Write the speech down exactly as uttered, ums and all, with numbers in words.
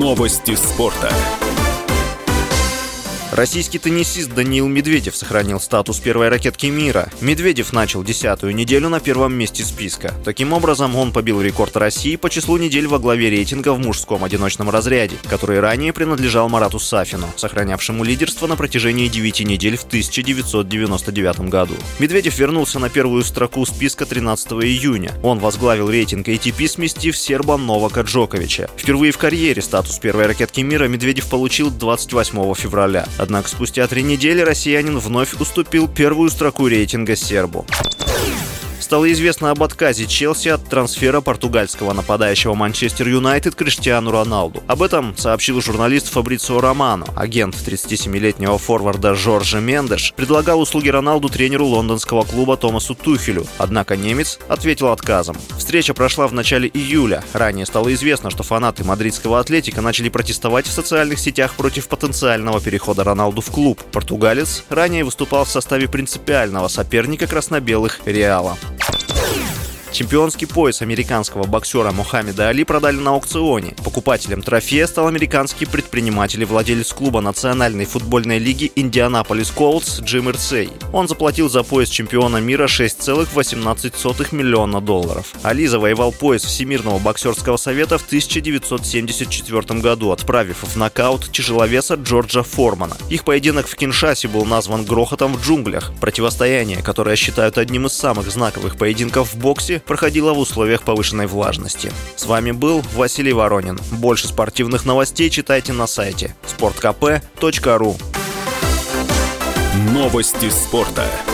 Новости спорта. Российский теннисист Даниил Медведев сохранил статус первой ракетки мира. Медведев начал десятую неделю на первом месте списка. Таким образом, он побил рекорд России по числу недель во главе рейтинга в мужском одиночном разряде, который ранее принадлежал Марату Сафину, сохранявшему лидерство на протяжении девяти недель в тысяча девятьсот девяносто девятом году. Медведев вернулся на первую строку списка тринадцатого июня. Он возглавил рейтинг эй ти пи, сместив серба Новака Джоковича. Впервые в карьере статус первой ракетки мира Медведев получил двадцать восьмого февраля. Однако спустя три недели россиянин вновь уступил первую строку рейтинга сербу. Стало известно об отказе Челси от трансфера португальского нападающего Манчестер Юнайтед Криштиану Роналду. Об этом сообщил журналист Фабрицио Романо. Агент тридцатисемилетнего форварда Жорже Мендеш предлагал услуги Роналду тренеру лондонского клуба Томасу Тухелю, однако немец ответил отказом. Встреча прошла в начале июля. Ранее стало известно, что фанаты мадридского Атлетико начали протестовать в социальных сетях против потенциального перехода Роналду в клуб. Португалец ранее выступал в составе принципиального соперника красно-белых Реала. Чемпионский пояс американского боксера Мухаммеда Али продали на аукционе. Покупателем трофея стал американский предприниматель и владелец клуба Национальной футбольной лиги Индианаполис Колтс Джим Ирсей. Он заплатил за пояс чемпиона мира шесть целых восемнадцать сотых миллиона долларов. Али завоевал пояс Всемирного боксерского совета в тысяча девятьсот семьдесят четвёртом году, отправив в нокаут тяжеловеса Джорджа Формана. Их поединок в Киншасе был назван «Грохотом в джунглях». Противостояние, которое считают одним из самых знаковых поединков в боксе, проходила в условиях повышенной влажности. С вами был Василий Воронин. Больше спортивных новостей читайте на сайте спорт ка пэ точка ру. Новости спорта.